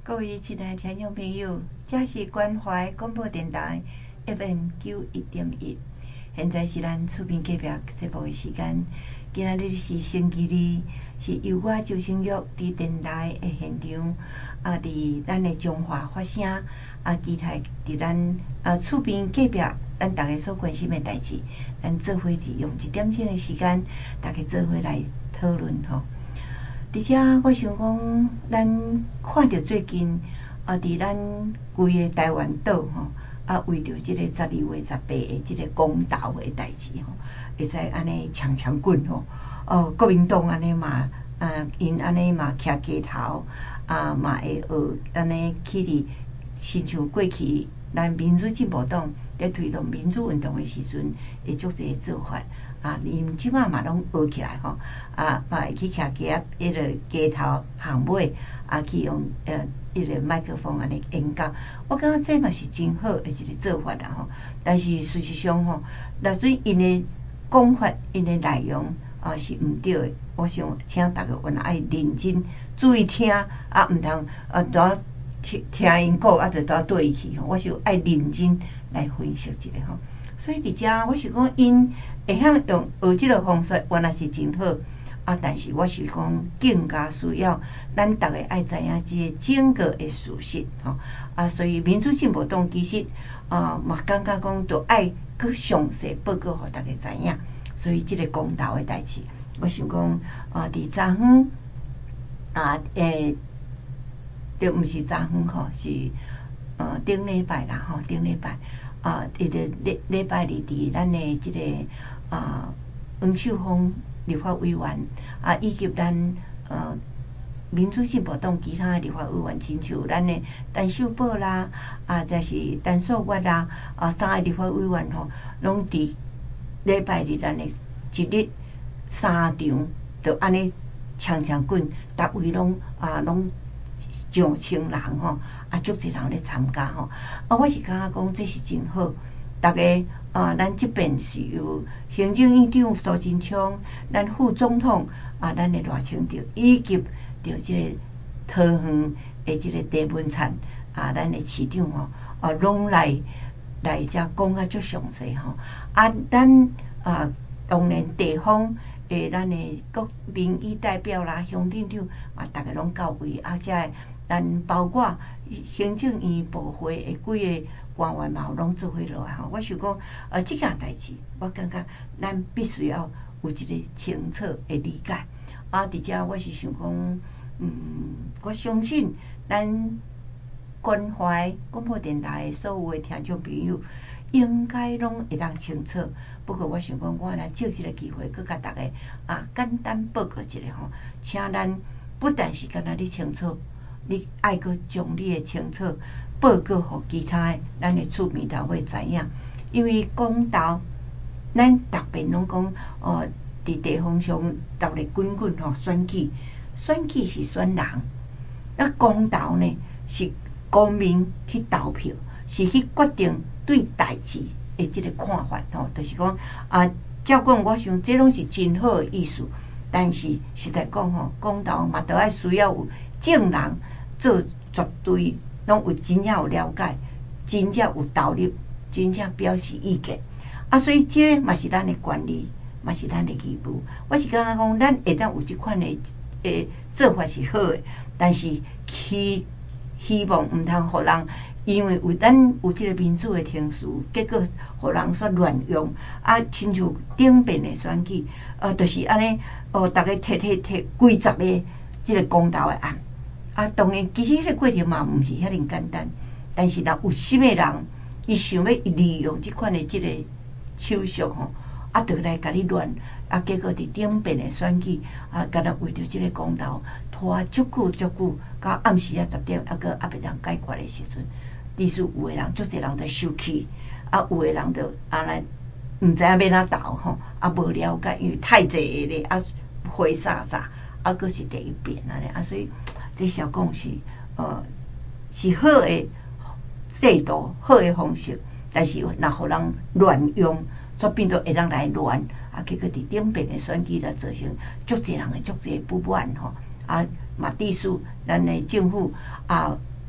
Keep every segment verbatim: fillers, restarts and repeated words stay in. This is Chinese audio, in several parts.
各位亲爱的听众朋友，这是关怀广播电台 F M 九一点一。现在是咱厝边隔壁节目的时间。今仔日是星期二，是由我周星玉伫电台的现场啊，伫咱的中华发声啊，期待伫咱啊厝边隔壁咱大家所关心的代志，咱做伙是用一点钟的时间，大家做伙来讨论吼。而且我想讲，咱看到最近啊，伫咱规个台湾岛吼，啊，为着即个十二月十八的即个公投的代志吼，会使安尼强强棍吼，哦，国民党安尼嘛，啊，因安尼嘛徛街头，啊，嘛会学安尼去伫，亲像过去咱民主进步党咧推动民主运动的时阵，会足侪做法。啊，因即摆嘛拢学起来吼，啊，嘛会去徛街啊，迄个街头巷尾啊，去用呃迄个麦克风安尼演讲。我感觉这嘛是真好的一个做法啦吼。但是事实上吼，若算因的讲法、因的内容啊是毋对的，我想请大家原来爱认真注意听，啊，毋通啊多听听因讲啊，就多对去吼。我想爱认真来分析一下吼。所以伫遮，我是讲因会晓用学即个方式，原来是真好啊！但是我是讲更加需要咱逐个爱知影即个整个的事实吼啊！所以民主进步党其实啊，嘛感觉讲着爱佫详细报告互大家知影。所以即个公投的代志，我想讲啊，伫昨昏啊，诶，着毋是昨昏吼，是呃顶礼拜啦吼，顶礼拜。啊，伫个礼礼拜二伫咱的即、这个啊，黄秀峰立法委员啊，以及咱呃民主进步党其他的立法委员，亲像咱的陈秀宝啦，啊，再是陈素月啦，啊，三个立法委员吼，拢伫礼拜日咱的一日三场，就安尼强强滚，逐位拢啊拢上千人吼。啊，足侪人咧参加吼，啊，我是感觉讲这是真好。大家啊，咱即边是由行政院长苏贞昌，咱副总统啊，咱的赖清德，以及着即个桃园的即个郑文灿啊，咱的市长吼，啊，拢来来遮讲啊足详细吼。啊，咱啊，当然地方诶，咱的国民意代表啦、乡镇长啊，逐个拢到位啊，遮咱包括行政院部会的几个官员嘛，拢做伙落来吼。我想讲，呃，即件代志，我感觉咱必须要有一个清楚的理解。啊，伫遮我是想讲，嗯，我相信咱关怀广播电台所有的听众朋友，应该拢会当清楚。不过我想讲，我来借即个机会，佮甲大家啊简单报告一下吼，请咱不但是敢若你清楚。你爱阁将你的清楚报告互其他的咱的厝边头会知影，因为公投，咱逐边拢讲哦，伫地方上闹咧滚滚吼选举，选举是选人，啊公投呢是公民去投票，是去决定对代志的即个看法吼，就是讲啊，照讲我想这拢是真好的意思，但是实在讲吼，公投嘛都爱需要有证人。做绝对拢有真正有了解，真正有道理，真正表示意见啊！所以这个嘛是咱的权利，嘛是咱的义务。我是感觉讲，咱会当有即款的诶做法是好的，但是希希望毋通互人因为有咱有即个民主的程序，结果互人煞乱用啊！亲像顶边的选举，呃，就是安尼哦，逐个摕摕摕几十个即个公投的案。啊，当然，其实迄个过程嘛，毋是遐尼简单。但是，若有心的人，伊想要利用即款的即个手续吼，啊，就来甲你乱，啊，结果伫顶边的选举，啊，敢若为着即个公投，拖足久足久，到暗时啊十点，啊，个还袂当解决的时阵，意思有的人，足侪人在生气，啊，有的人就啊来毋知影要哪投吼，啊，无了解，因为太济个咧，啊，灰撒撒，啊，佫是第一遍安尼，啊，所以。这小讲是呃是好的制度、好的方式，但是若互人乱用，所变做会当来乱啊，结果伫顶边的选举来造成足侪人的足侪不满吼啊，嘛致使咱的政府啊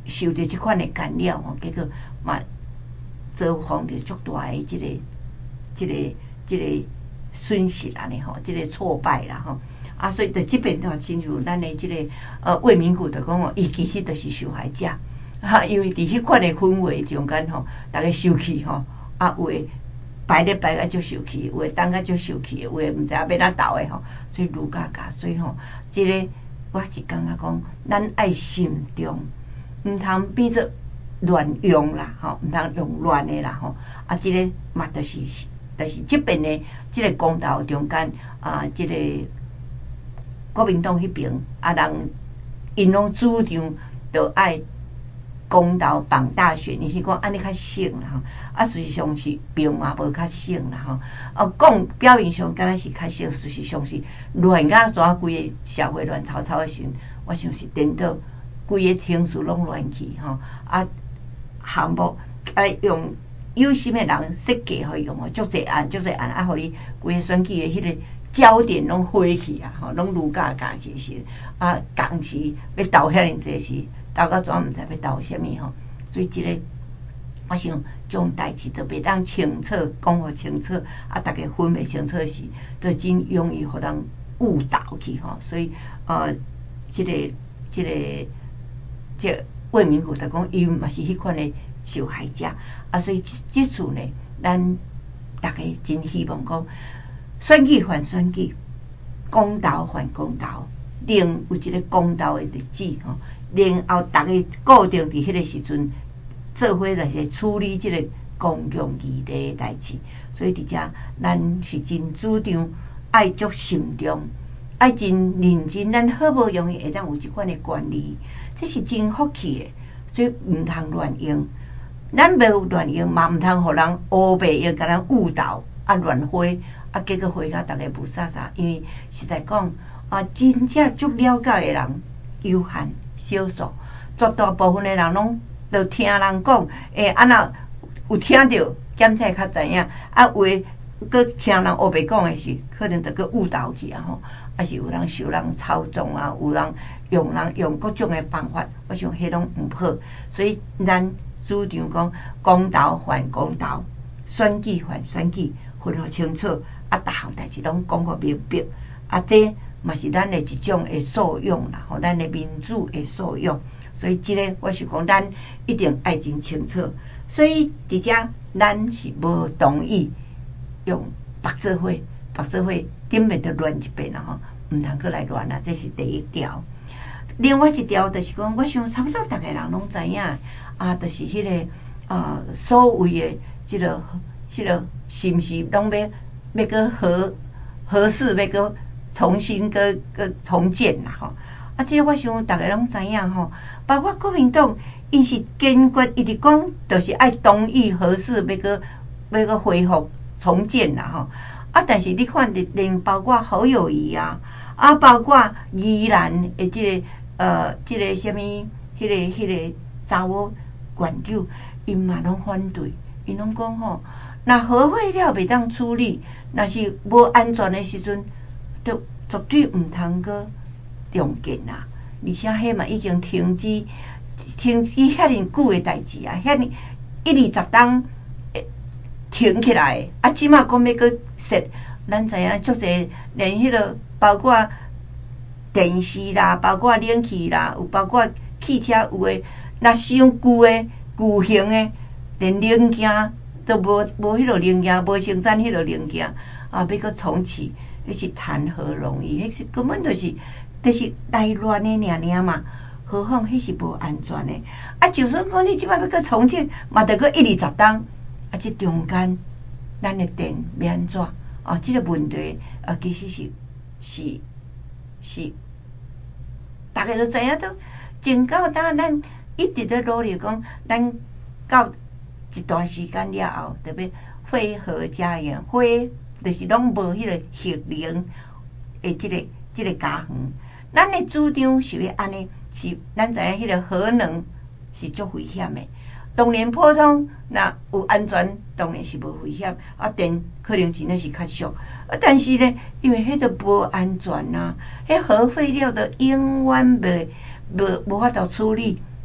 受到即款的干扰吼，结果嘛遭逢着足大的即、这个、即、这个、即、这个损失安尼吼，即、这个挫败啦吼。啊，所以在即边吼，亲像咱的即、这个呃魏明谷就讲哦，伊其实就是受害者。哈，因为伫迄款的氛围中间吼，大家受气吼，啊，有诶排咧排啊，就受气；有诶当啊，就受气；有诶毋知影要哪斗诶吼，所以愈加加，所以吼，即、這個我是感觉讲，咱爱慎重，毋通变做乱用啦，吼，毋通用乱诶啦，吼。啊，即、這個嘛，就是，就是即边诶，即個公道中间啊，即、這個國民黨迄邊啊，人因攏主張着愛。公道綁大選，伊是講安尼較省啦吼，啊事實上是並嘛無較省啦吼，啊講表面上敢若是較省，事實上是亂甲怎規個社會亂糟糟的時陣，我想是顛倒規個情緒攏亂去吼，啊項目啊用有心的人設計互伊用吼，足濟案足濟案啊，互你規個選舉的迄個焦點攏飛去啊，吼，攏愈加加去是啊，同時要鬥遐爾濟時。鬥到怎毋知要鬥啥物吼，所以即、這個我想種代志都袂當清楚講互清楚，啊，大家分袂清楚時，都真容易互人誤導去吼。所以呃，即、這個即、這個即、這個魏明谷就講，伊嘛是迄款的受害者啊，所以即次呢，咱大家真希望講選舉還選舉，公道還公道，另有一個公道的日子吼。然後，大家固定伫迄個時陣做伙來是處理即個公共議題的代志，所以伫遮咱是真主張愛足慎重，愛真認真。咱好無容易會當有即款的權利，這是真福氣的，所以毋通亂用。咱無亂用，嘛毋通互人烏白用，甲咱誤導啊亂花啊，結果花甲大家無啥啥。因為實在講啊，真正足了解的人有限。少數，絕大部分的人攏都聽人講，誒、欸，安那有聽到檢測較知影，啊，有誒，佮聽人烏白講的是，可能就佮誤導去啊吼，啊是有人受人操縱啊，有人用人用各種的方法，我想迄攏毋好，所以咱主張講公道還公道，選舉還選舉，分互清楚，啊，逐項代志攏講互明白，啊，這。嘛是咱的一種的素養啦，吼，咱的民主的素養，所以即個我是講，咱一定愛真清楚。所以佇遮，咱是無同意用白做伙，白做伙頂面就亂一遍啦，吼，毋通閣來亂啦，這是第一條。另外一條就是講，我想差不多逐個人攏知影，啊，就是迄、那個呃所謂的即、這個、即、這個是毋是攏要要閣合合適要閣。重新個個重建啦吼，啊！即、這個我想大家攏知影吼，包括國民黨，伊是堅決一直講，就是愛同意核四要個要個恢復重建啦吼。啊！但是你看，連包括侯友宜啊，啊，包括宜蘭誒，即個呃，即、這個啥物，迄、那個迄、那個查某縣長，因嘛攏反對，因攏講吼，若核廢料袂當處理，若是無安全誒時陣。就絕對毋通閣重建啦，而且迄嘛已經停止停止遐爾久誒代志啊，遐爾一二十冬停起來，啊，即馬講要閣設，咱知影足濟，連迄個包括電視啦，包括冷氣啦，有包括汽車有誒，若傷舊誒舊型誒，連零件都無無迄落零件，無生產迄落零件，啊，要閣重啟。迄是談何容易？迄是根本就是，就是內亂的爾爾嘛。何況迄是無安全的。啊，就算講你即擺要閣重建，嘛得閣一二十冬。啊，即中間咱的電要安怎？啊，即、這個問題啊，其實是是是，大家都知影都真夠膽，咱一直在努力講，咱到一段時間了後，特別會合家園會。就是攏無迄個核能誒，即個即個家園，咱誒主張是要安尼，是咱知影迄個核能是足危險誒。當然普通若有安全，當然是無危險。啊，電可能真誒是較俗，啊，但是咧，因為迄個無安全吶，迄核廢料都永遠袂無無法度處理，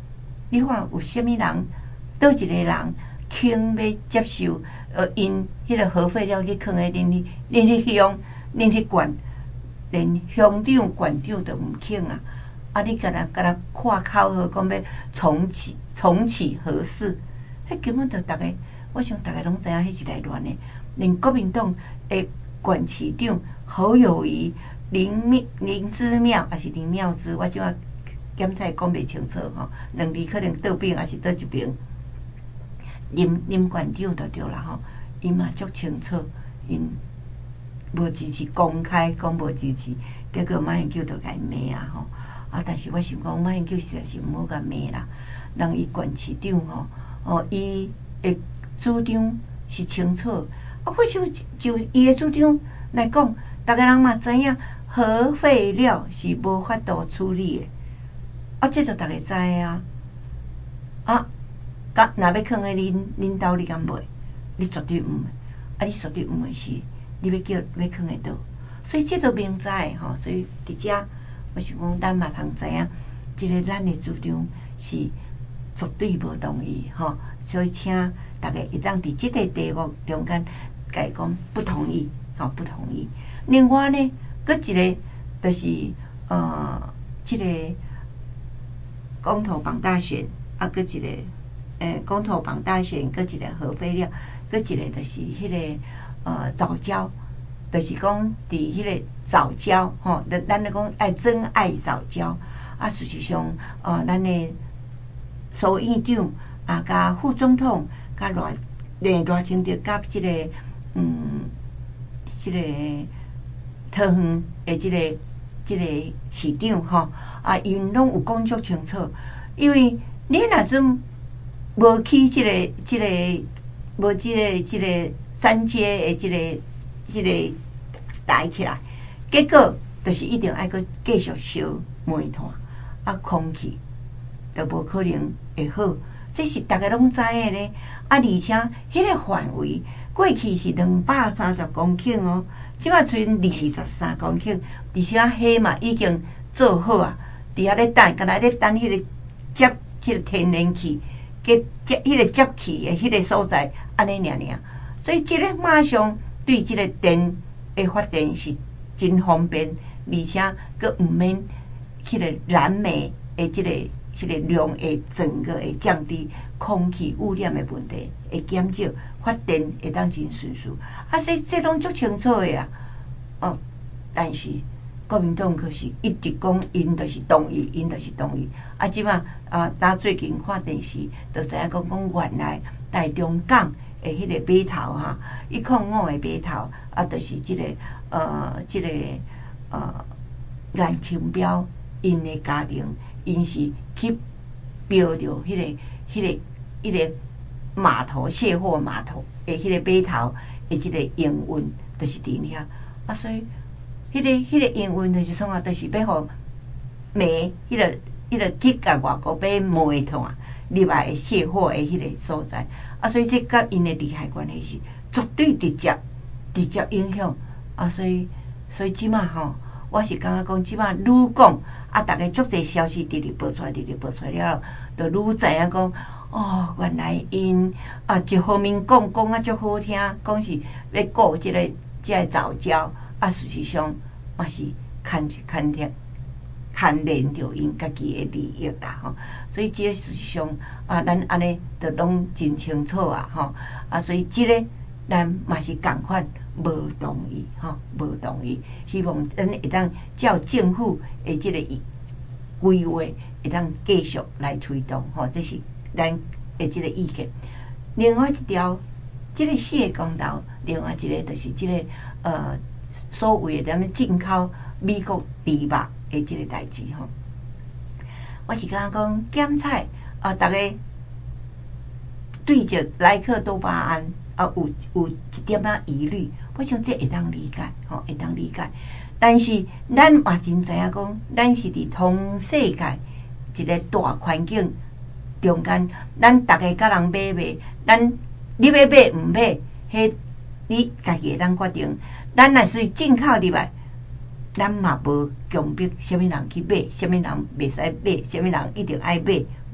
你看有啥物人，倒一个人肯要接受，呃，因迄个核废料去囥诶，恁迄恁迄乡，恁迄县，连乡长、县长都毋肯啊！啊，你甲若甲若看口号，讲要重启重启核四，迄根本就逐个，我想逐个拢知影，迄是来乱诶。连国民党诶县市长侯友宜、林妙、林之妙，还是林妙之，我即摆检查讲袂清楚吼，两字可能倒边，还是倒一边。林林县长就对啦吼，伊嘛足清楚，因无支持，公开讲无支持，结果马英九就甲伊骂啊吼。啊，但是我想讲，马英九实在是毋好甲骂啦，人伊县市长吼，哦，伊诶主张是清楚。啊，为什么就伊诶主张来讲，逐个人嘛知影核废料是无法度处理诶，啊，这著逐个知啊。啊，甲若要囥诶恁恁兜，你敢袂？你绝对毋会。啊，你绝对毋会是，你要叫要囥诶倒，所以这都明知吼。所以伫遮，我想讲，咱嘛通知影，即个咱诶主張是絕對無同意吼。所以請大家會當佇即個題目中間。改讲不同意，吼不同意。另外呢，搁一个就是呃，即、这个公投榜大选啊，搁一个诶公投榜大选，搁一个核废料，搁一个就是迄、那个呃藻礁，就是讲伫迄个藻礁吼，咱咱咧讲爱真爱藻礁啊。事实上，呃，咱的苏院长啊，甲副总统，甲赖赖赖清德，甲即个。嗯，即、这个桃园诶，即、这个即、这个市长吼啊，因拢有讲足清楚。因为你若阵无去即、这个即、这个无即、这个即、这个三阶诶，即、这个即、这个抬起来，结果就是一定爱阁继续烧煤炭啊，空气都无可能会好。这是大家拢知诶咧，啊，而且迄个范围。过去是两百三十公顷哦，即摆剩二十三公顷，而且迄嘛已经做好啊，伫遐咧等，敢若咧等迄个接迄个天然气，给接迄个接气的迄个所在，安尼尔尔。所以即个马上对即个电的发电是真方便，而且佫毋免迄个燃煤的即、这个。这个量会整个会降低，空气污染的问题会减少，发电会当真顺速。啊，这这拢足清楚的啊。哦，但是国民党可是一直讲，因就是同意，因就是同意。啊，即马啊，打最近看电视，就知影讲讲原来台中港的迄个码头哈，一控五的码头啊，就是即、这个呃，即、这个呃，颜清标因的家庭。因是去标着迄、那个、迄、那个、迄、那个码头卸货码头诶，迄个码头诶，即个营运就是伫遐啊，所以迄、那个、迄、那个营运就是创啊，就是要互煤迄、那个、迄、那个去甲外国买煤炭入来诶卸货诶，迄个所在啊，所以这甲因诶利害关系是绝对直接、直接影响啊，所以所以即马吼。我是感觉讲，即摆愈讲啊，逐个足侪消息直直报出来，直直报出来了，就愈知影讲，哦，原来因啊一方面讲讲啊足好听，讲是要顾即、这个即、这个藻礁，啊，事实上嘛是牵牵贴牵连着因家己的利益啦吼。所以即个事实上啊，咱安尼就拢真清楚啊吼啊，所以即、这个咱嘛是共款。无同意，吼，无同意。希望咱会当照政府的即个规划，会当继续来推动，吼，这是咱的即个意见。另外一条，即、这个四个公投，另外一个就是即、这个呃所谓的咱们进口美国猪肉的即个代志，吼。我是感觉讲检测啊，大家对着莱克多巴胺。啊，有有一点仔疑虑，我想这会当理解，吼，会当理解。但是咱嘛真知影讲，咱是伫同世界一个大环境中间，咱逐个甲人买卖，咱你要买毋买，迄你家己会当决定。咱若是进口入来，咱嘛无强迫啥物人去买，啥物人袂使买，啥物人一定爱买，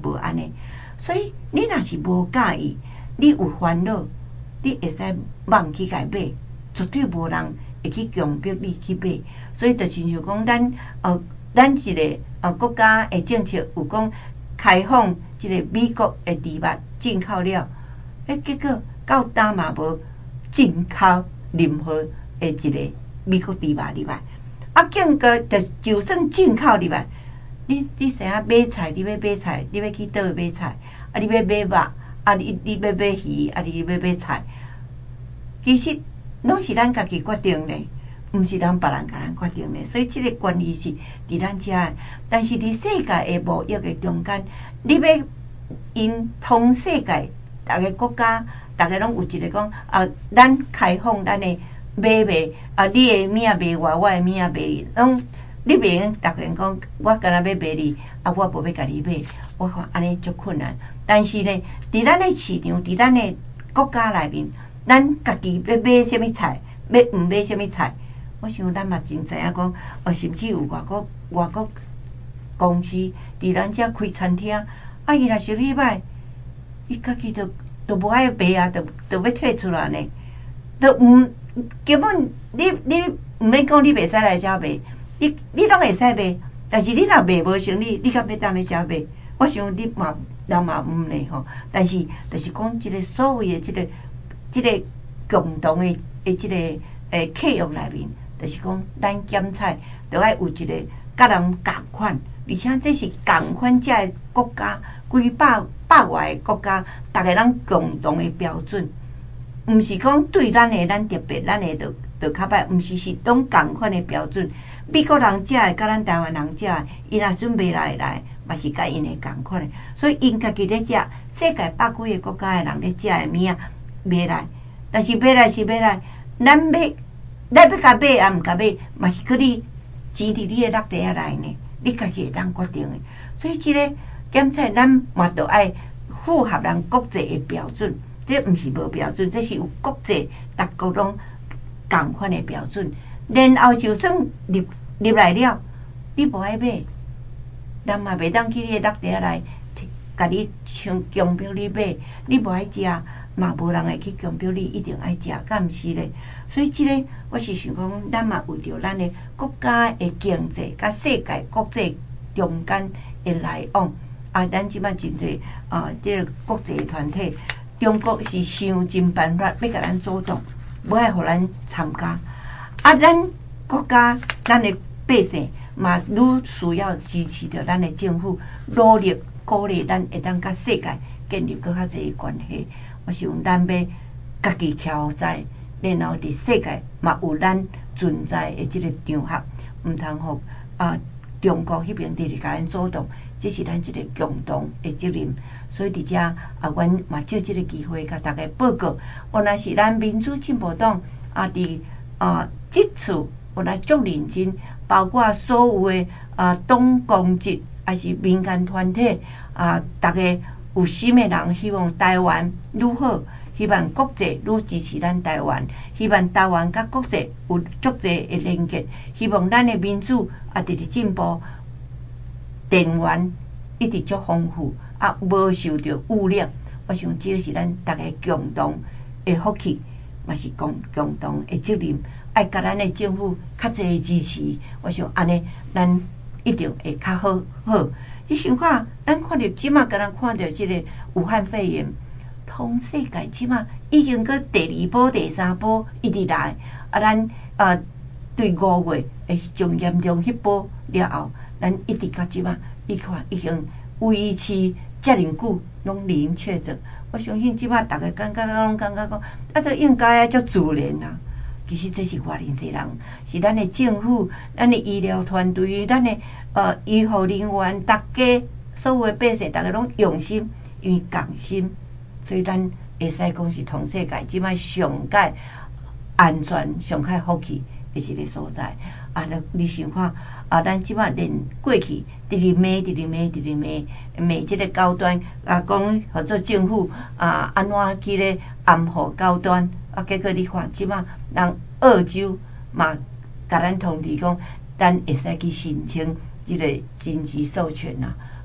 无安尼。所以你若是无介意，你有烦恼，你会使忘去家买，绝对无人会去强迫你去买。所以就亲像讲，咱呃，咱一个呃国家的政策有讲开放即个美国的猪肉进口了，诶，结果到今嘛无进口任何的一个美国猪肉入来。啊，经过就就算进口入来，你你知影买菜，你要买菜，你要去倒位买菜？啊，你要买肉，啊，你你要买鱼，啊，你要买菜，其实拢是咱家己决定的，毋是咱别人甲咱决定的。所以即个权利是伫咱遮的，但是伫世界的贸易的中间，你要因通世界逐个国家，逐个拢有一个讲啊，咱开放咱的买卖啊，你的物仔卖我，我的物仔卖你，拢你袂用逐个人讲，我干若要卖你，啊，我无要甲你买，我看安尼足困难。但是呢，伫咱的市场，伫咱的国家内面，咱家己要买什么菜，要毋买什么菜，我想咱嘛真知影讲，哦，甚至有外国外国公司伫咱遮开餐厅，啊，伊若生意歹，伊家己都都无爱卖啊，都都要退出来呢，都毋根本你你毋免讲，你袂使来遮卖，你你拢会使卖，但是你若卖无生意，你敢要踮咧遮卖？我想你嘛人嘛毋呢吼，但是就是讲即个所谓的即个即个共同的的即个诶客户内面，就是讲咱检菜着爱有一个甲人共款，而且这是共款遮的国家，几百百外个国家，逐个人共同的标准，毋是讲对咱的咱特别，咱的着着较歹，毋是是拢共款的标准。美国人食的，甲咱台湾人食的，伊若准备来来。嘛是甲因会共款的，所以因家己咧食，世界百几个国家的人咧食的物仔买来，但是买来是买来，咱买，咱要甲买啊，毋甲买，嘛是搁你钱伫你的落地仔内呢，你家己会当决定的。所以即个检测，咱嘛着爱符合咱国际的标准，这毋是无标准，这是有国际逐国拢共款的标准。然后就算入入来了，你无爱买。人嘛袂当去你的落地来，甲你强强迫你买，你无爱食，嘛无人会去强迫你一定爱食，敢毋是咧？所以即个我是想讲，咱嘛为着咱的国家的经济，甲世界国际中间的来往，啊，咱即摆真侪啊，即个国际的团体，中国是想尽办法要甲咱主动，无爱互咱参加，啊，咱国家咱的百姓。嘛，愈需要支持着咱的政府努力鼓励咱，会当甲世界建立搁较侪关系。我想咱要家己徛在，然后伫世界嘛有咱存在的即个场合，毋通互啊中国迄边直直甲咱主动，这是咱一个共同的责任。所以伫遮啊，阮嘛借即个机会甲大家报告，原来是咱民主进步党啊，伫啊即次原来足认真。包括所有的啊党公职，还是民间团体啊，大家有心的人，希望台湾愈好，希望国际愈支持咱台湾，希望台湾甲国际有足侪的连结，希望咱的民主啊直直进步，电源一直足丰富，啊无受到污染。我想这是咱大家共同的福气，嘛是共共同的责任。爱甲咱的政府较侪支持，我想安尼咱一定会较好好。你想看，咱看到即马，甲咱看到即个武汉肺炎，通世界即马已经搁第二波、第三波一直来，啊，咱啊对五月会上严重迄波了后，咱一直到即马，伊看已经维持遮尔久拢零确诊。我相信即马逐个感觉拢感觉讲，啊，都应该啊，足自然啦。其实这是偌尔济人，是咱的政府、咱的医疗团队、咱的呃医护人员，大家所有的百姓，大家拢用心，因为共心，所以咱会使讲是全世界即摆上界安全、上界福气的一个所在。啊，你想看啊，咱即摆连过去直直骂、直直骂、直直骂，骂即个高端啊，讲合作政府啊，安怎去咧暗护高端？啊，结果你看，即马人澳洲嘛，甲咱通知讲，咱会使去申请即个经济授权啦。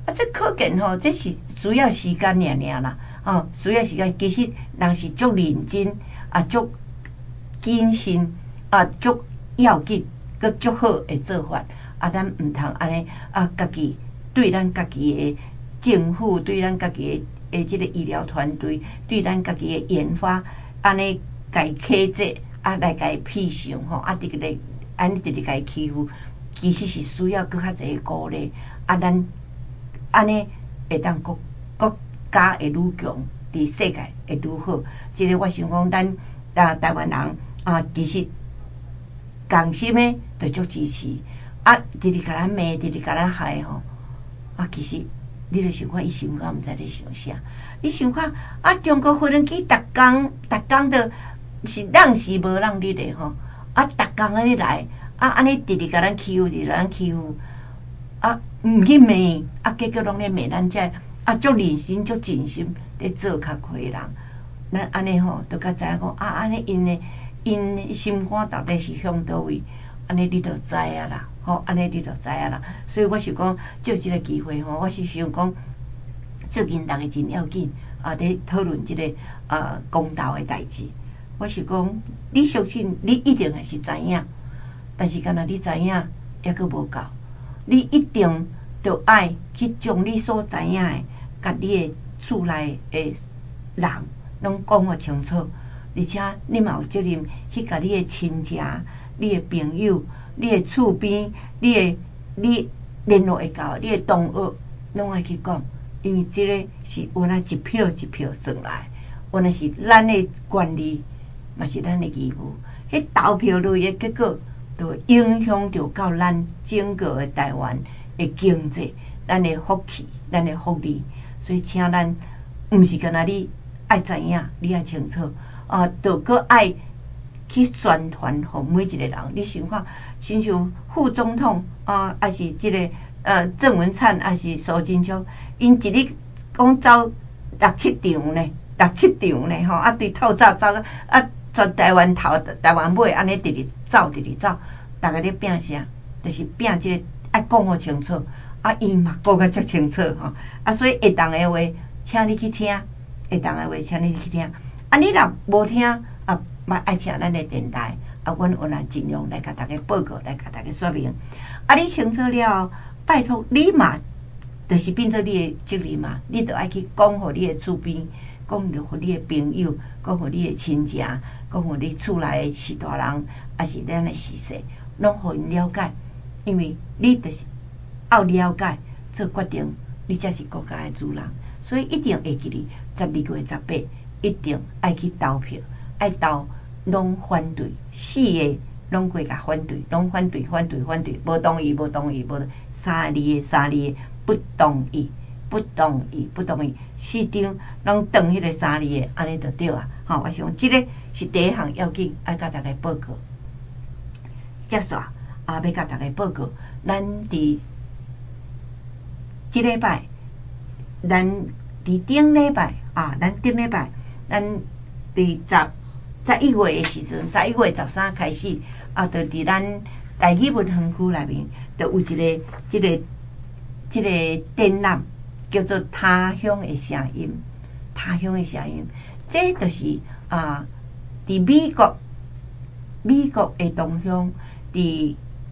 啊，这可见吼，这是需要时间尔尔啦，吼，需要时间。其实人是足认真，啊，足谨慎，啊，足要紧，佮足好诶做法。啊，咱毋通安尼啊，家己对咱家己诶政府，对咱家己诶诶即个医疗团队，对咱家己诶研发，安尼家苛责，啊来家批评吼，啊伫个安尼直直家欺负，其实是需要搁较侪鼓励，啊，咱安尼会当国国家会愈强，伫世界会愈好。即个我想讲，咱啊台湾人啊，其实共心诶，就足支持。啊，直直甲咱骂，直直甲咱害吼。啊，其实你著想看，伊心肝毋知咧想啥。你想看啊，中国无人机逐工逐工都是人是无人日的吼。啊，逐工安尼来，啊安尼直直甲咱欺负，直直甲咱欺负。啊，毋去骂，啊结果拢咧骂咱遮，啊足认真足尽心咧做较亏人。咱安尼吼，著较知影讲啊，安尼因诶因心肝到底是向倒位，安尼你著知影啦。吼，安尼你就知影啦。所以我是讲，借即个机会吼，我是想讲，最近逐个真要紧啊，伫讨论即个啊公道诶代志。我是讲，你相信你一定还是知影，但是敢若你知影抑阁无够，你一定着爱去将你所知影诶，甲你诶厝内诶人拢讲互清楚，而且你嘛有责任去甲你诶亲戚、你诶朋友。你诶厝边，你诶你联络会到，你诶同学拢爱去讲，因为即个是原来一票一票算来，原来是咱诶权利，嘛是咱诶义务。迄投票落诶结果，就影响着到咱整个诶台湾诶经济、咱诶福气、咱诶福利。所以请咱毋是干那你爱知影，你爱清楚啊，着搁爱。去宣传互每一个人，你想看，亲像副总统啊，还是即、这个呃郑文灿，还是苏贞昌，因一日讲走六七场呢，六七场呢吼，啊对透早走啊，全台湾头台湾尾，安尼直直走，直直走，逐个咧拼啥？就是拼即、这个爱讲互清楚，啊因嘛讲甲足清楚吼，啊所以会当诶话，请你去听，会当诶话，请你去听，啊你若无听啊。嘛爱听咱的电台，啊，阮有来尽量来甲大家报告，来甲大家说明。啊，你清楚了，拜托你嘛，就是变做你的责任嘛，你着爱去讲互你的厝边，讲着互你的朋友，讲互你的亲戚，讲互你厝内的是大人，还是咱的是细，拢互因了解。因为你就是要了解，做决定，你才是国家的主人，所以一定会记哩，十二月十八，一定爱去投票，爱投。拢反对，四个拢过甲反对，拢反对，反对，反对，无同意，无同意，无三字的，三字的不同意，不同意，不同意，四张拢当迄个三字的，安尼就对啊！吼，我想即个是第一项要紧，爱甲大家报告。接续啊，要甲大家报告，咱伫即礼拜，咱伫顶礼拜啊，咱顶礼拜，咱伫十。十一月的时阵，十一月十三开始，啊，就伫咱台语文园区内面，就有一个、即个、即个展览，叫做《他乡的声音》。他乡的声音，这就是啊，伫美国、美国的同乡，伫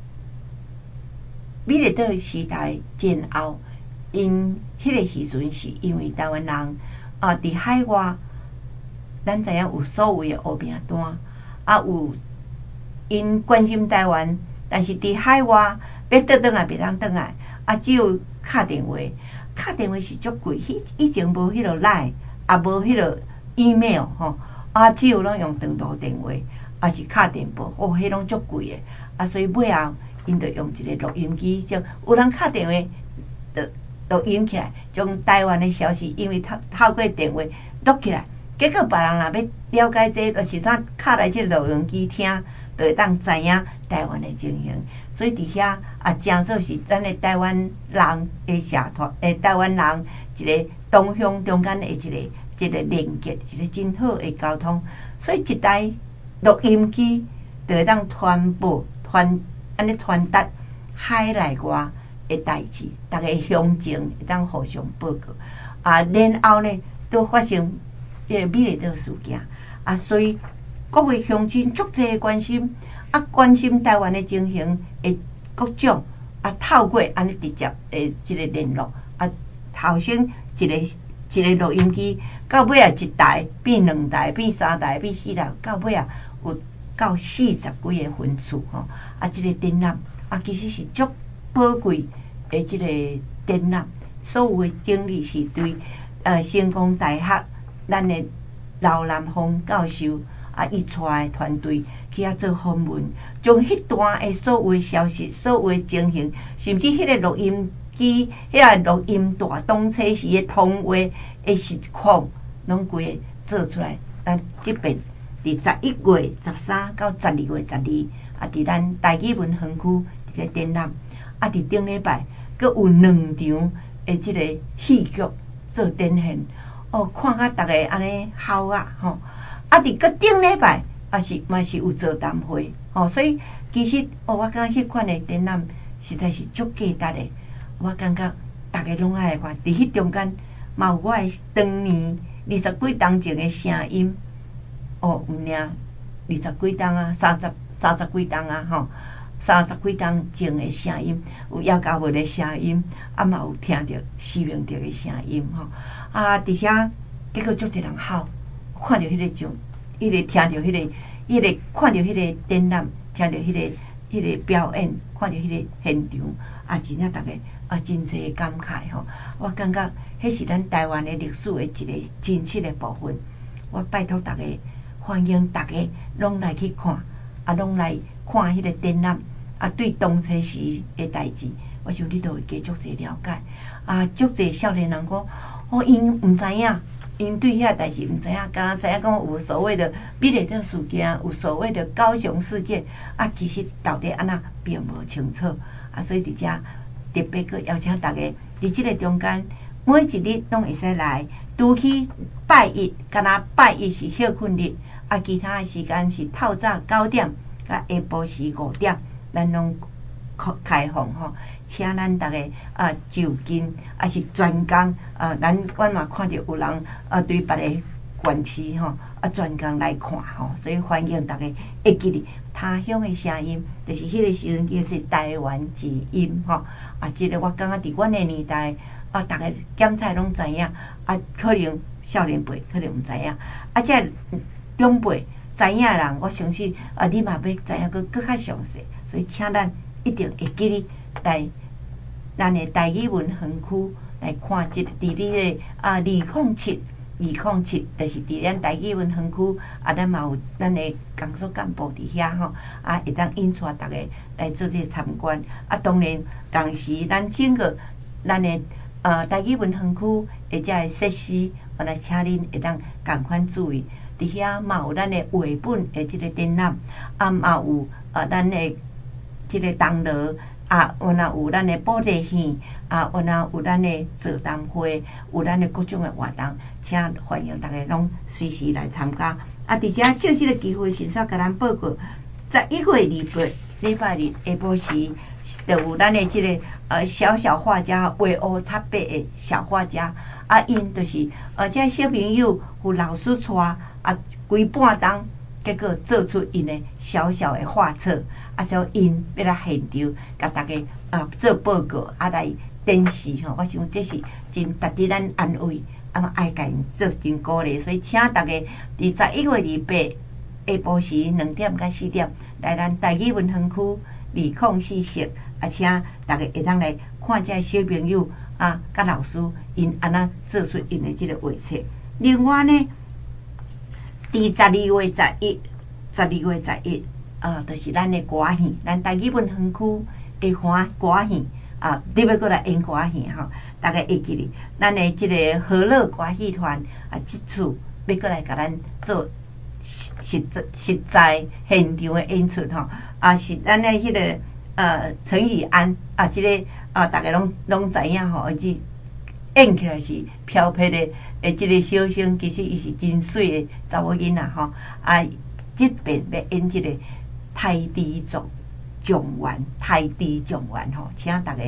美丽岛时代前后，因迄个时阵是因为台湾人啊，伫海外。咱知影有所谓的黑名单，啊有因关心台湾，但是伫海外要倒转来袂当倒来，啊只有敲电话，敲电话是足贵，迄以前无迄落 Line， 也无迄落 email 吼，啊只有拢用长途电话，啊是敲电报，哦，迄拢足贵的，啊所以尾后因着用一个录音机，将有人敲电话，着录音起来，将台湾的消息，因为透透过电话录起来。结果别人若要了解这个，就是咱敲来这录音机听，就会当知影台湾的情形。所以伫遐啊，正做是咱的台湾人的社团，诶，台湾人一个同乡中间的一个一个连接，一个真好的交通。所以一台录音机就会当传播传安尼传达海内外的代志，大家乡情会当互相报告。啊，然后呢，都发生迄个美丽岛事件啊，所以各位乡亲足侪的关心啊，关心台湾的情形的各种啊，透过安尼直接的即个联络啊，头先一个一个录音机，到尾啊一台变两台，变三台，变四台，到尾啊有到四十几个分数吼啊，即、这个展览啊，其实是足宝贵的即个展览，所有的精力是对呃成功大学咱的刘南峰教授啊，伊带的团队去遐做访问，将迄段的所有的消息、所有的情形，甚至迄个录音机、迄个录音大动车时的通话的实况，拢规个做出来。咱即边伫十一月十三到十二月十二，啊，伫咱台语文园区一个展览，啊，伫顶礼拜阁有两场的即个戏剧做展现，哦，看甲逐个安尼好啊，吼！啊，伫个顶礼拜也是嘛是有座谈会，吼，所以其实哦，我感觉迄款的展览实在是足价值的。我感觉大家拢爱来看，伫迄中间嘛有我的当年二十几年前的声音，哦，毋领二十几年啊，三十三十几年啊，吼，三十几年前的声音，有姚嘉文的声音，啊嘛有听到施明德的声音，吼，啊，而且结果足侪人好。看到迄个就，迄个听到迄个，迄个看到迄个展览，听到迄个迄个表演，看到迄个现场，啊，真正大家啊真侪感慨吼。我感觉迄是咱台湾的历史的一个真实的部分。我拜托大家，欢迎大家拢来去看，啊，拢来看迄个展览，啊，对当初时的代志，我想你都会加足侪了解。啊，足侪少年人讲，哦，因毋知影。因对遐代志毋知影，敢若知影讲有所谓的美丽岛事件，有所谓的高雄事件，啊，其实到底安那并无清楚，啊，所以伫遮特别去邀请大家，伫即个中间每一日拢会使来，除去拜一，敢若拜一是休困日，啊，其他的时间是透早九点，甲下晡时五点，咱拢开放吼，请咱大家啊就近，啊是专工啊，咱阮嘛看到有人啊对别个县市吼啊专工来看吼，所以欢迎大家会记哩他乡的声音，就是迄个时阵叫做台湾之音吼啊，即、这个我感觉伫阮的年代啊，大家检查拢知影啊，可能少年辈可能毋知影，啊，即中辈知影的人，我相信啊，你嘛要知影佫佫较详细，所以请咱。一定会记哩来咱的台语文园区来看，即伫你个啊二零七二零七，就是伫咱台语文园区啊，咱嘛有咱的工作干部伫遐吼，啊会当引带大家来做这参观。啊，当然同时咱整个咱的呃台语文园区或者的设施，我来请恁会当共款注意，伫遐嘛有咱的画本的即个展览，啊嘛有呃咱的。即个铜锣啊，有那有咱的布袋戏啊，有那有咱的座谈会，有咱的各种的活动，请欢迎大家拢随时来参加。啊，伫遮借即个机会，先煞甲咱报告，十一月二八礼拜日下晡时，就有咱的即个呃小小画家画乌插白的小画家，啊，因就是呃这小朋友有老师带啊，规半冬。结果做出因的小小的画册，啊，所以因要来现场，甲大家啊做报告，啊来展示吼。我想这是真值得咱安慰，啊嘛爱甲因做真鼓励，所以请大家伫十一月二八下晡时两点到四点来咱台语文园区二零四室，啊，请大家会当来看这小朋友啊，甲老师因安那做出因的这个画册。另外呢。伫十二月十一，十二月十一，啊，就是咱的歌戏，咱台语文园区会欢歌戏啊，你要过来演歌戏吼，大家会记哩。咱的即个和乐歌戏团啊，即次要过来甲咱做实实实在现场的演出吼，啊，是咱的迄、那个呃陈以安啊，即、这个啊，大家拢拢知影吼，即。演起来是飘撇的，诶，即个小生其实伊是真水的查某囡仔吼，啊，即边要演即个太低状状元，太低状元吼，请大家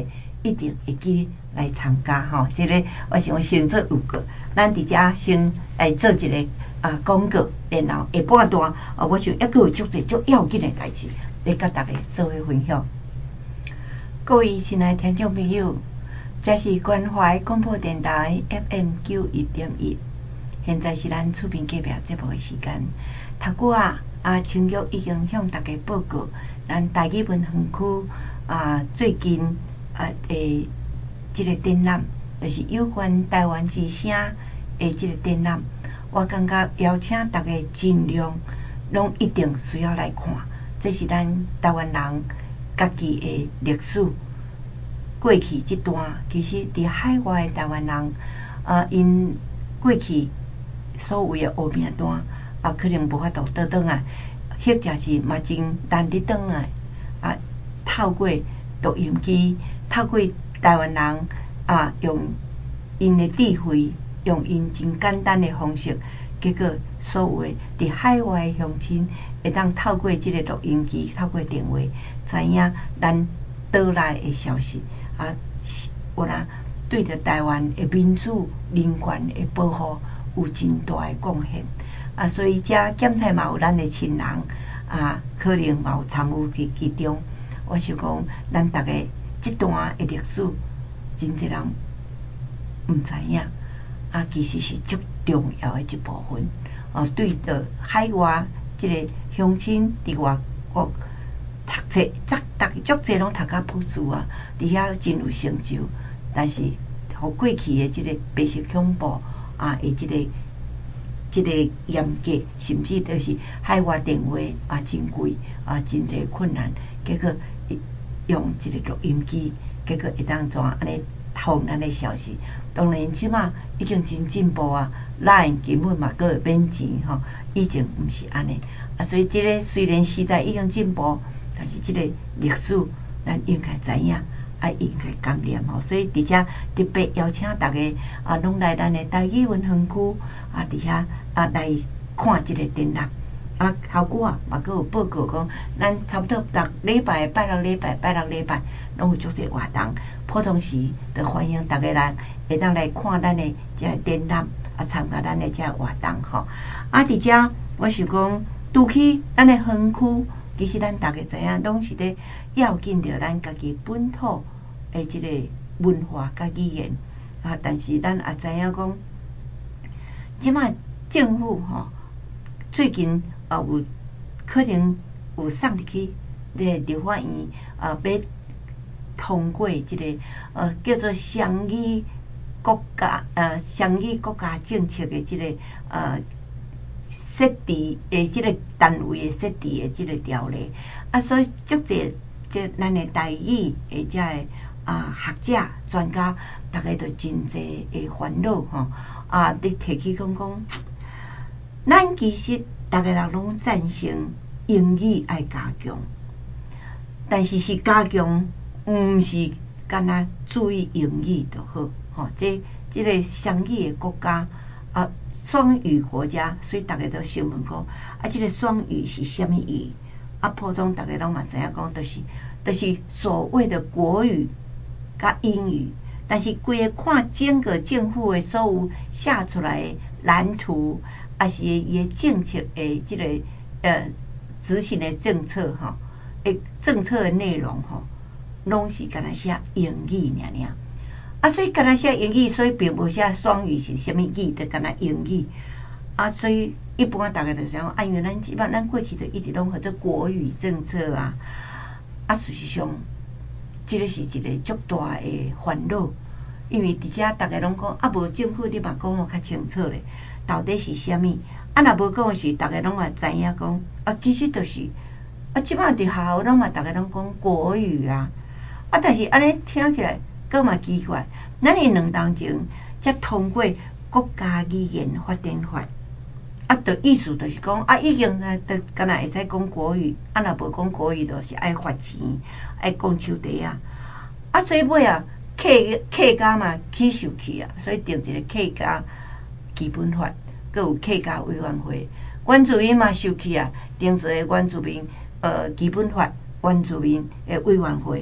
一定会记来参加吼。这个我想先做预告，咱伫遮先来做一个啊广告，然后下半段啊，我想抑佫有足侪足要紧的代志，来甲大家做伙分享。各位亲爱听众朋友，这是关怀广播电台 F M 九一点一，现在是咱厝边隔壁节目的时间。头久啊，啊青玉已经向大家报告，咱台语文园区啊最近啊诶，即个展览，就是有关台湾之声的即个展览。我感觉邀请大家尽量拢一定需要来看，这是咱台湾人家己的历史。过去这段其实伫海外的台湾人，啊，因过去所有的黑名单啊，可能无法度倒转来，或者是嘛真难得倒来啊。透过录音机，透过台湾人啊，用因的智慧，用因真简单的方式，结果所有的伫海外的乡亲会当透过即个录音机，透过电话，知影咱倒来的消息啊，有啦，对着台湾的民主人权的保护有真大的贡献啊，所以遮检采嘛有咱的亲人啊，可能嘛有参与伫其中。我想讲，咱大家这段的历史，真侪人毋知影啊，其实是足重要的一部分哦。对着海外即个乡亲伫外国读册，足逐足侪拢读甲博士啊，伫遐真有成就。但是，互过去的即个白色恐怖啊，的即个即个严格，甚至就是海外电话啊，真贵啊，真侪困难。结果用一个录音机，结果会当怎安尼通咱的消息。当然，即马已经真进步啊 ，Line 根本嘛个免钱吼，以前毋是安尼啊。所以，即个虽然时代已经进步，但是即个历史咱应该知影，啊应该感念吼。所以，伫遮特别邀请大家啊，拢来咱的台语文园区啊，伫遐啊来看即个展览。啊，头久啊，嘛佫有报告讲，咱差不多逐礼拜、拜六礼拜、拜六礼拜，拢有足侪活动。普通时，就欢迎大家来，会当来看咱的遮展览，啊，参加咱的遮活动吼。啊，伫遮，我想讲，拄起咱的园区，其实咱大家知影，拢是咧要紧着咱家己本土的即个文化甲语言啊。但是咱也知影讲，即摆政府吼，最近。啊，有可能有送入去咧立法院啊，要通过即、这个呃叫做双语国家呃双语国家政策的即、这个呃设置诶，即个单位的设置的即个条例啊，所以足侪即咱的台语诶，遮个啊学者专家，大家都真侪诶烦恼吼啊，你提起讲讲，咱其实。大家人拢赞成英语爱加强，但是是加强，毋是干那注意英语就好。吼，这这个双语的国家啊，双语国家，所以大家都想问讲，啊，这个双语是虾米语？啊，普通大家拢嘛知影讲，就是，就是所谓的国语甲英语。但是规个看整个政府的所有写出来的蓝图。啊，是伊诶政策诶，即个呃执行诶政策吼，诶政策诶内容吼，拢是干那写英语尔尔。啊，所以干那写英语，所以并无写双语是虾米语，就干那英语。啊，所以一般大家就想，啊，因为咱即摆咱过去就一直拢合做国语政策啊。啊，事实上，即个是一个足大诶烦恼，因为伫遮大家拢讲，啊，无政府你嘛讲互较清楚咧。到底是虾米？啊，若无讲是，大家拢也知影讲，啊，其实就是啊，即摆伫学校拢嘛，大家拢讲国语啊，啊，但是安尼听起来佫嘛奇怪。咱伊两当前才通过国家语言发展法，啊，就意思就是讲啊，已经呢，就敢若会使讲国语，啊，若无讲国语，就是爱罚钱，爱讲手底啊，啊，所以尾啊，客客家嘛起受去啊，所以定一个客家。基本法，佮有客家委员会，原住民嘛受气啊，定一个原住民呃基本法原住民诶委员会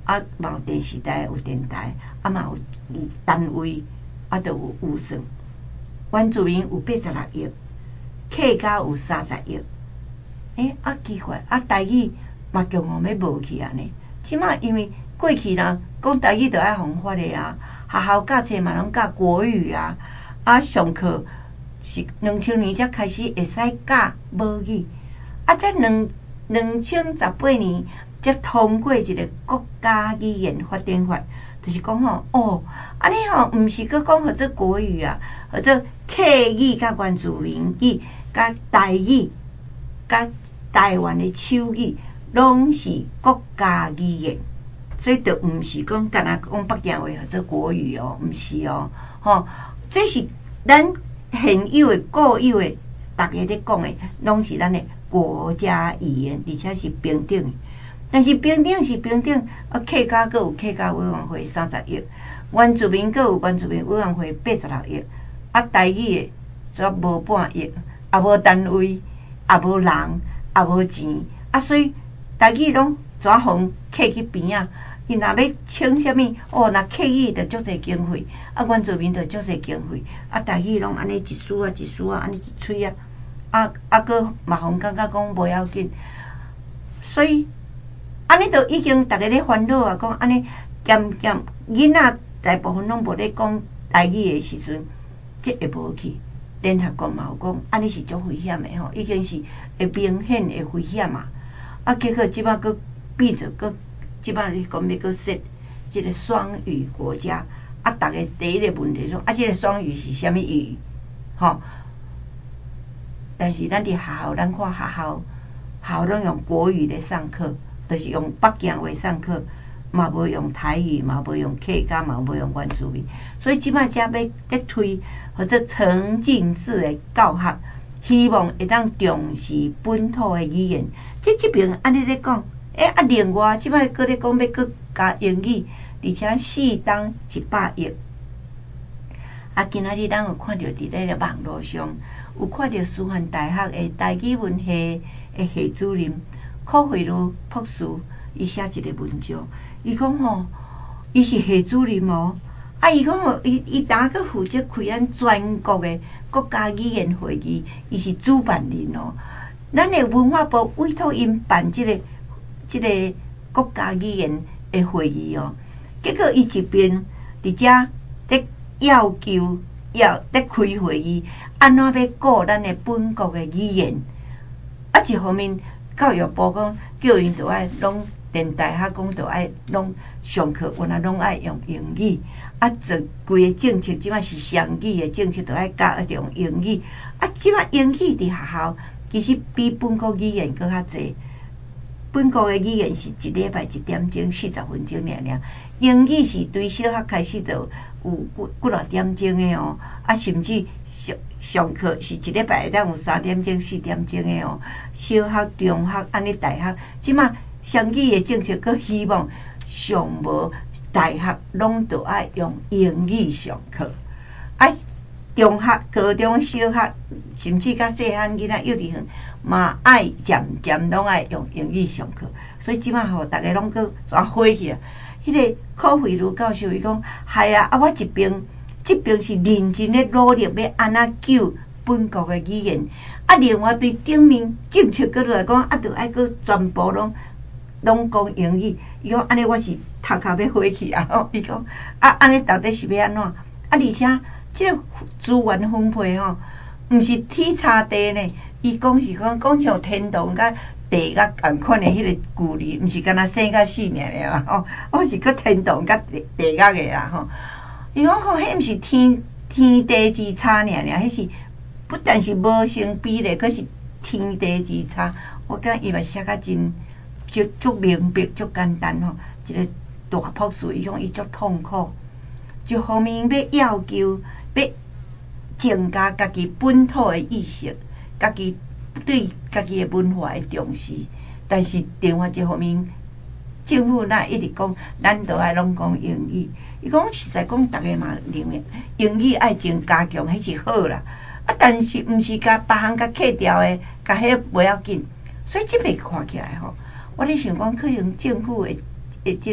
啊，嘛有电视台有电台，啊嘛有有单位，啊都有预算。原住民有八十六亿，客家有三十亿。诶、欸，啊奇怪，啊台语嘛强行要无去安尼。即马因为过去啦，讲台语就爱方法的啊，学校教册嘛拢教国语啊，啊上课是两千年才开始会使教母语，啊才两两千十八年才通过一个国家语言发展法，就是讲吼哦，安尼吼毋是佮讲合作国语啊，合作客语甲原住民语甲台语甲台湾的手语，拢是国家语言。所以就毋是讲干那讲北京话或者国语哦，毋是哦，吼，这是咱现有的固有的，大家咧讲的，拢是咱的国家语言，而且是平等的。但是平等是平等，啊，客家阁有客家委员会三十亿，原住民阁有原住民委员会八十六亿，啊，台语的则无半亿，也无单位，也无人，也无钱，啊，所以台语拢怎互客去边啊？伊若要请啥物哦，若客语着足侪经费，啊，原住民着足侪经费，啊，台语拢安尼一丝啊一丝啊，安尼一喙啊，啊啊，佫嘛互感觉讲无要紧，所以安尼着已经逐个咧烦恼啊，讲安尼渐渐囡仔大部分拢无咧讲台语的时阵，即会无去。联合国嘛有讲，安尼是足危险的吼，已经是会明显的危险啊！啊，结果即摆佫变做佫。即摆你讲要搁设即个双语国家，啊，逐个第一个问题说，啊，即个双语是啥物语？吼，但是咱伫学校，咱看学校，学校拢用国语咧上课，就是用北京话上课，嘛无用台语，嘛无用客家，嘛无用原住民，所以即摆才要咧推或者沉浸式的教学，希望会当重视本土的语言。即即边安尼咧讲。诶、欸，啊，另外，即摆搁咧讲要搁加英语，而且四当一百亿。啊，今仔日咱有看到伫咧个网络上，有看到师范大学的台语文系的系主任柯慧茹博士，伊写一个文章，伊讲吼，伊是系主任哦，啊，伊讲吼，伊伊当去负责开咱全国的国家语言会议，伊是主办人哦。咱的文化部委托因办即、这个。即个国家语言的会议哦，结果伊一边伫遮咧要求要咧开会议，安怎要顾咱的本国的语言？啊，一方面教育部讲叫因着爱拢连大学讲着爱拢上课，原来拢爱用英语，啊，做规个政策即摆是双语的政策，着爱教一用英语，啊，即摆英语伫学校其实比本国语言搁较济。本国的语言是一礼拜一点钟四十分钟尔尔，英语是对小学开始就有几几偌点钟的哦，啊，甚至上上课是一礼拜会当有三点钟四点钟的哦。小学、中学安尼大学，即马双语的政策，佮希望上无大学拢着爱用英语上课，啊。中学、高中小学，甚至较细汉囡仔幼稚园，嘛爱渐渐拢爱用英语上课，所以即摆吼，逐个拢搁全火去啊！迄个柯慧茹教授伊讲，系啊，啊我一边即边是认真咧努力要安怎救本国的语言，啊，另外对顶面政策角度来讲，啊，着爱搁全部拢拢讲英语。伊讲安尼我是头壳要火去啊！吼，伊讲啊，安尼到底是要安怎？啊，而且。即个资源分配吼，毋是天差地呢。伊讲是讲讲像天堂甲地甲共款的迄个距离，毋是干那生甲死尔尔啦吼。我是搁天堂甲地地甲个啦吼。伊讲吼，迄毋是天天地之差尔尔，迄是不但是无成比例，佫是天地之差。我感觉伊嘛写甲真足足明白、足简单吼。一个大博士，伊讲伊足痛苦，一方面要要求。要增加家己本土的意识，家己对家己的文化的重视，但是另外一方面，政府那一直讲，咱都爱拢讲英语。伊讲实在讲，逐个嘛认为英语爱真加强，迄是好啦。啊，但是毋是甲别项甲克掉的，甲迄个袂要紧。所以即个看起来吼，我咧想讲，可能政府的诶即个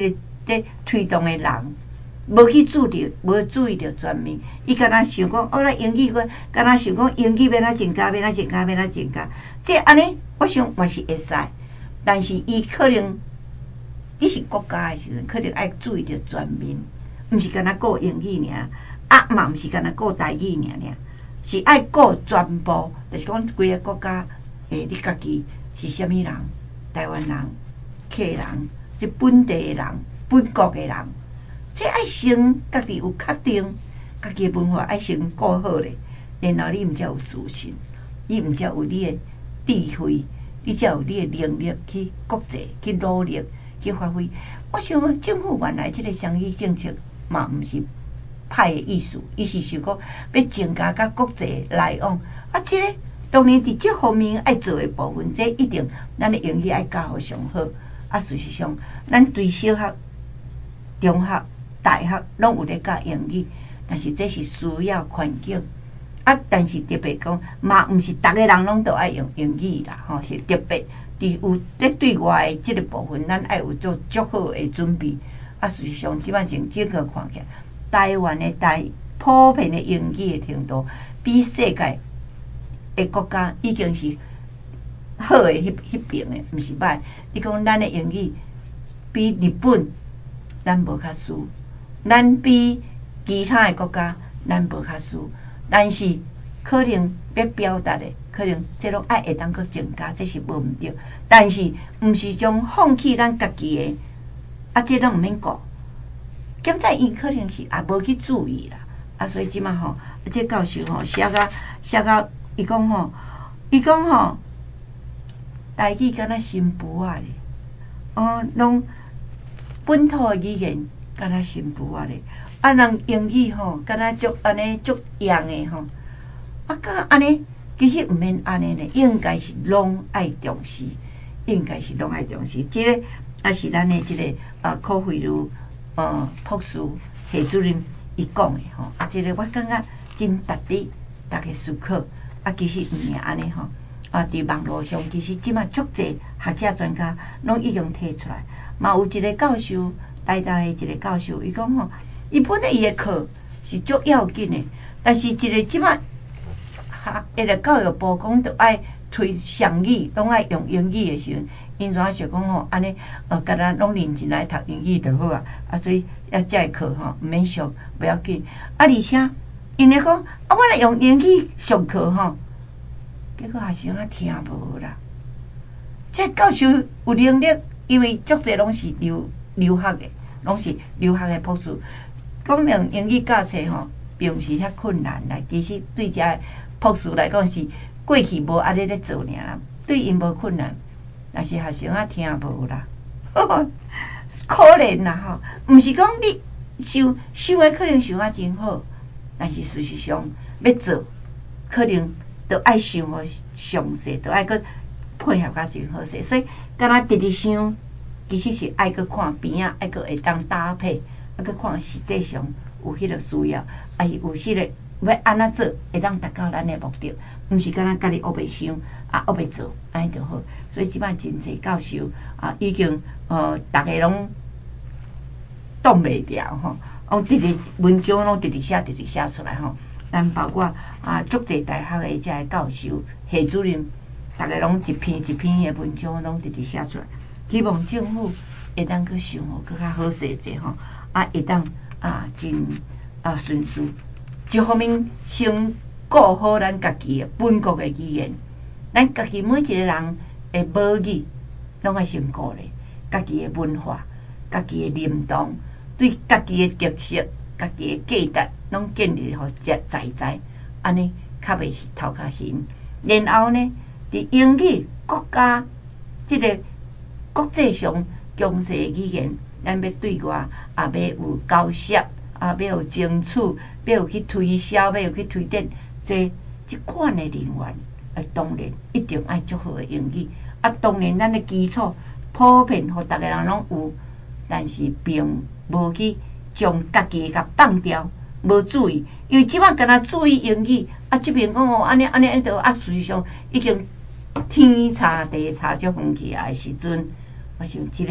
咧推动的人，无去注意，无注意着全面。伊敢若想讲，哦，咱英语我敢若想讲英语要哪增加，要哪增加，要哪增加。即安尼，我想嘛是会使，但是伊可能伊是国家的时阵，可能爱注意着全面，毋是敢若顾英语尔，啊嘛毋是敢若顾台语尔尔，是爱顾全部，就是讲规个国家诶，你家己是虾米人？台湾人、客人，是本地的人、本国的人，这爱先家己有确定，家己的文化爱先顾好咧，然后你毋才有自信，你毋才有你的智慧，你才有你的能力去国际去努力去发挥。我想政府原来即个双语政策嘛，毋是歹的意思，伊是想讲要增加甲国际来往啊，即、這個。当然，伫这方面爱做的部分，这一定咱的英语爱教好上好。啊，事实上，咱对小学、中学、大学拢有咧教英语，但是这是需要环境。啊，但是特别讲，嘛毋是逐个人拢都爱用英语啦，吼，是特别伫有咧对外的即个部分，咱爱有做足好的准备。啊，事实上，即摆从整个看起来，台湾的大普遍的英语的程度，比世界诶，国家已经是好诶，迄迄边诶，毋是歹。你讲咱诶英语比日本咱无较输，咱比其他诶国家咱无较输，但是可能要表达诶，可能即拢爱会当搁增加，这是无毋对。但是毋是将放弃咱家己诶，啊，这拢毋免顾。检在伊可能是也无去注意啦，啊，所以即马吼，这教授吼写甲写甲。伊讲吼，伊讲吼，台语敢若新妇仔咧，哦，拢本土的语言敢若新妇仔咧，啊，人英语吼，敢若足安尼足样的吼，啊，敢安尼，其实毋免安尼咧，应该是拢爱重视，应该是拢爱重视。即、這个啊是咱的即、這个啊柯惠如呃博士系主任伊讲的吼，啊，即、這个我感觉真值得大家思考。啊，其实毋是安尼吼，啊，伫网络上其实即马足侪学者专家拢已经提出来，嘛有一个教授，台大的一个教授，伊讲吼，伊本来伊的课是足要紧的，但是一个即马哈，迄个教育部讲着爱推双语，拢爱用英语的时阵，因怎想讲吼，安尼呃，甲咱拢认真来读英语就好啊，啊，所以要遮个课吼，毋免上，不要紧，啊，而且。因咧讲，啊，我来用英语上课吼，结果学生啊听无啦。这教授有能力，因为足侪拢是留留学的，拢是留学的博士。讲用英语教册吼，并毋是遐困难啦。其实对遮博士来讲是过去无安尼咧做尔啦，对因无困难，但是学生啊听无啦，可怜啦吼。毋是讲你想想的可能想啊真好。但是事实上要做，可能都爱想好详细，都爱去配合甲真好势。所以，敢若直直想，其实是爱去看边仔，爱去会当搭配，爱去看实际上有迄个需要，啊，有迄个要安怎做，会当达到咱的目的，毋是敢若家己学袂想，啊学袂做，安尼就好。所以即摆真侪教授啊，已经呃，逐个拢挡袂牢吼。哦，直直文章拢直直写，直直写出来吼。咱包括啊，足侪大学的遮个教授、系主任，逐个拢一篇一篇的文章拢直直写出来。希望政府会当去想吼，更较好势者吼，啊，会当啊真啊顺序。一方面先顾好咱家己的本国的语言，咱家己每一个人的母语拢爱先顾咧，家己的文化、家己的认同。对家己的特色、家己的价值，拢建立互在在在，安尼较袂头壳晕。然后呢，伫英语国家即个国际上强势的语言，咱要对外也要有交涉，啊，要有争取，要有去推销，要有去推展，这即款的人员，啊，当然一定爱足好的英语。啊，当然咱的基础普遍互逐个人拢有，但是并无去将家己甲放掉，无注意，因为即摆敢若注意英语，啊，即边讲哦，安尼安尼安尼，啊，事实上已经天差地差足远去啊的时阵，我想即个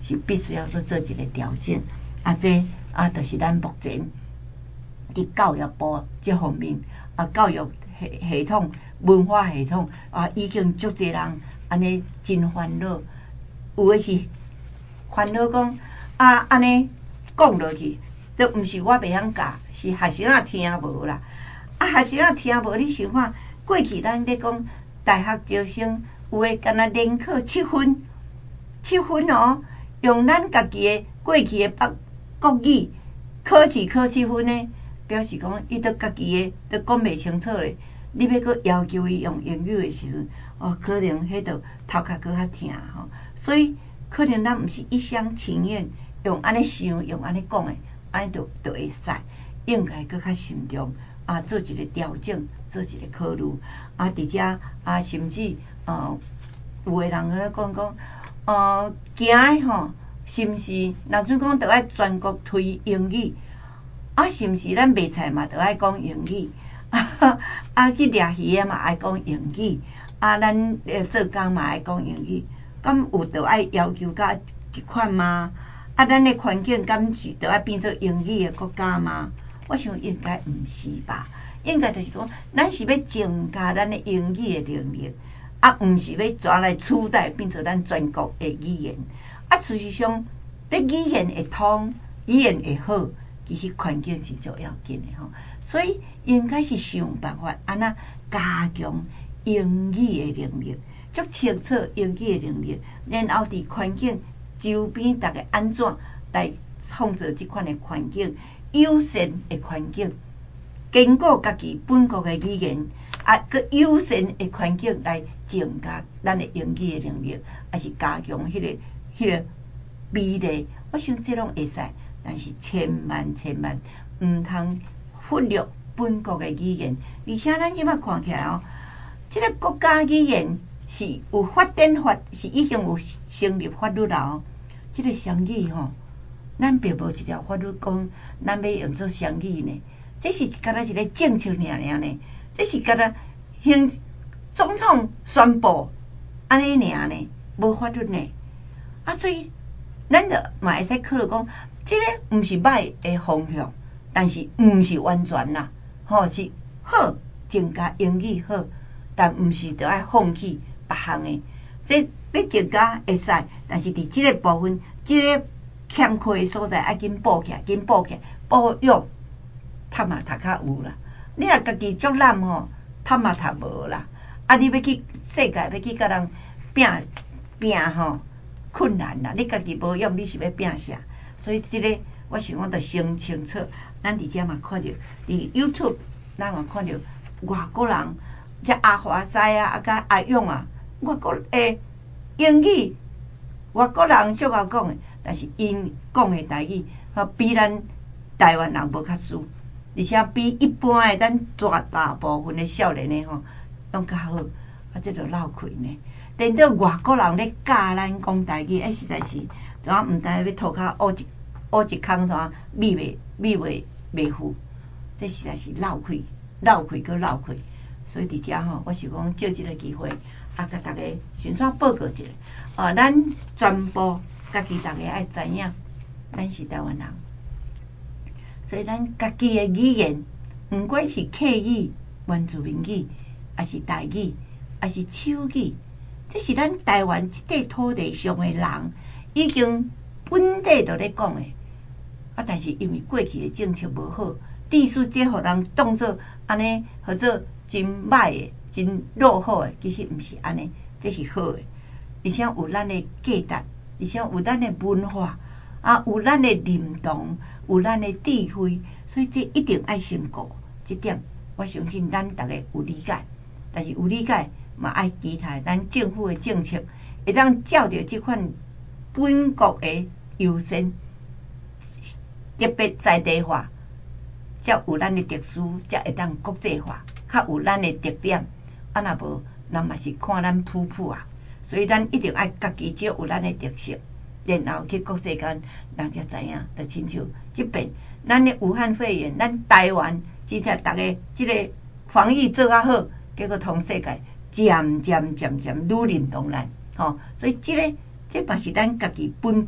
是必须要去做一个调整。啊，这啊，就是咱目前伫教育部这方面啊，教育系系统、文化系统啊，已经足侪人安尼真烦恼，有诶是烦恼讲啊，安尼讲落去，都毋是我袂晓教，是学生仔听无啦。啊，学生仔听无，你想看过去咱咧讲大学招生，有诶敢若联考七分，七分哦，用咱家己诶过去诶北国语考试考七分呢，表示讲伊都家己诶都讲袂清楚咧。你要搁要求伊用英语诶时阵，哦，可能迄著头壳搁较疼吼。所以可能咱毋是一厢情愿用安尼想，用安尼讲诶，安尼著著会使，应该搁较慎重啊，做一个调整，做一个考虑啊。伫遮啊，甚至呃，有诶人咧讲讲，呃，惊诶吼。是毋是？若算讲，着爱全国推英语，啊，是毋是？咱卖菜嘛，着爱讲英语，啊，啊去掠鱼啊嘛，爱讲英语，啊，咱呃做工嘛爱讲英语，敢有着爱要求甲一款吗？啊，咱的环境敢是着爱变做英语的国家吗？我想应该毋是吧？应该就是讲，咱是要增加咱的英语的能力，啊，毋是要抓来取代变做咱全国的语言。啊，事实上，你语言会通，语言会好，其实环境是最要紧的吼。所以应该是想办法安那加强英语的能力，足清楚英语的能力，然后伫环境周边大家安怎来创造即款的环境，友善的环境，经过家己本国的语言，啊，个友善的环境来增加咱的英语的能力，还是加强迄、那个。迄个比例，我想这拢会使，但是千万千万毋通忽略本国的语言。而且咱即摆看起来哦，即、这个国家语言是有发展法，是已经有成立法律啦哦。即、这个双语吼，咱并无一条法律讲咱要用做双语呢。这是敢若一个政策尔尔呢，这是敢若行总统宣布安尼尔呢，无法律呢。啊，所以咱着嘛会使考虑讲，即、这个毋是歹的方向，但是毋是完全啦，吼、哦、是好增加英语好，但毋是着爱放弃别项的。即要增加会使，但是伫即个部分，即、这个欠缺的所在爱紧补起来，紧补起来，补用读嘛读较有啦。你若家己足懒吼，读嘛读无啦。啊，你要去世界要去甲人拼拼吼。困难啦！你家己无用，你是要拼啥？所以即、这个我想讲，着先清楚。咱伫遮嘛看着，伫 YouTube 咱嘛看着外国人，即阿华西啊，啊甲阿勇啊，外国诶英语，外国人足够讲诶，但是因讲诶台语，啊比咱台湾人无较输，而且比一般诶咱绝大部分诶少年诶吼，拢较好，啊即着闹开呢。等到外国人咧教咱讲台语，哎，实在是怎啊毋知要涂骹学一学一空怎啊秘袂秘袂袂赴，这实在是闹开闹开搁闹开。所以伫遮吼，我是讲借即个机会，啊，甲大家顺续报告一下。啊，咱全部家己大家爱知影，咱是台湾人，所以咱家己的语言，毋管是客语、原住民语，还是台语，还是手语。这是咱台湾这块土地上的人已经本地都咧讲的，啊，但是因为过去的政策无好，地势这互人当作安尼，或者真歹的、真落后的，其实毋是安尼，这是好的，而且有咱的价值，而且有咱的文化，啊，有咱的认同，有咱的智慧，所以这一定爱先顾，这点我相信咱大家有理解，但是有理解。嘛爱期待咱政府的政策会当照着即款本国的优先，特别在地化，才有咱的特殊，才会当国际化，较有咱的特点。啊，若无，人嘛是看咱普普啊。所以咱一定爱家己只有咱的特色，然后去国际间，人才知影。就亲像即边，咱的武汉肺炎，咱台湾真正逐个即个防疫做较好，结果同世界。渐渐渐渐愈认同咱，吼、哦，所以即、这个，这嘛是咱家己本国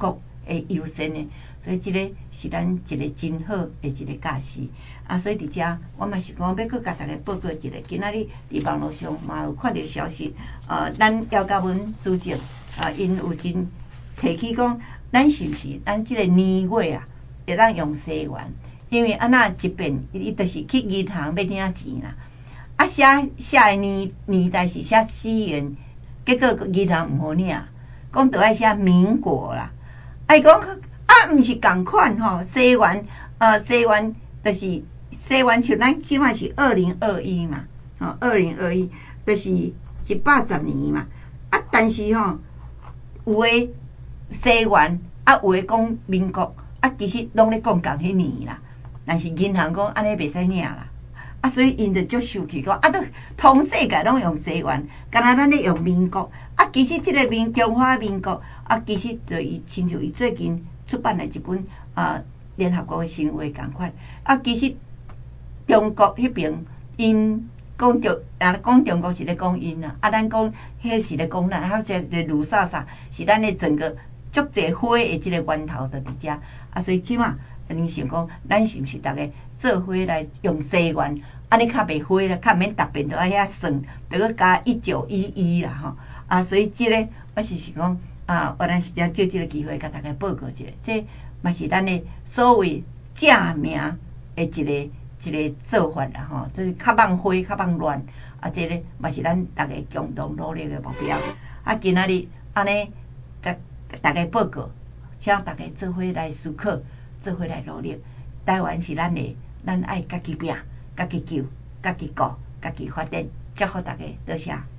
诶优先的，所以即个是咱一个真好的一个教示。啊，所以伫遮我嘛是讲要去甲大家报告一个，今仔日伫网络上嘛有看到消息，呃，咱姚嘉文书记啊，因有真提起讲，咱是毋是咱即个年月啊，会当用西元？因为安那一变，伊就是去银行要领钱啦。啊，写写的年年代是写西元，结果银行毋好领，讲着爱写民国啦。啊，伊讲啊，毋是共款吼，西元呃，西元就是西元，像咱即摆是二零二一嘛，吼，二零二一就是一百十年嘛。啊，但是吼，有诶西元，啊有诶讲民国，啊其实拢咧讲共迄年啦。但是银行讲安尼袂使领啦。啊，所以因就足生气讲，啊，都通世界拢用西元，敢若咱咧用民国。啊，其实即个民中华民国，啊，其实就伊亲像伊最近出版了一本啊联合国的新话共款。啊，其实中国迄边因讲着啊，讲中国是咧讲因啦，啊，咱讲迄是咧讲咱，还有即个卢萨萨是咱的整个足济花的即个源头就伫遮。啊，所以即马恁想讲，咱是毋是逐个做伙来用西元？安尼较袂花啦，较免逐遍都爱遐算，着搁加一九一一啦吼。啊，所以即、这个我是想讲啊，原来是要借即个机会，甲大家报告一下，这嘛是咱的所谓正名的一个一个做法啦吼，就是较放花，较放乱啊，这个嘛是咱大家共同努力的目标。啊，今仔日安尼甲大家报告，请大家做伙来思考，做伙来努力。台湾是咱的，咱爱家己拼。家己救，家己顾，家己发展，祝福大家，多谢。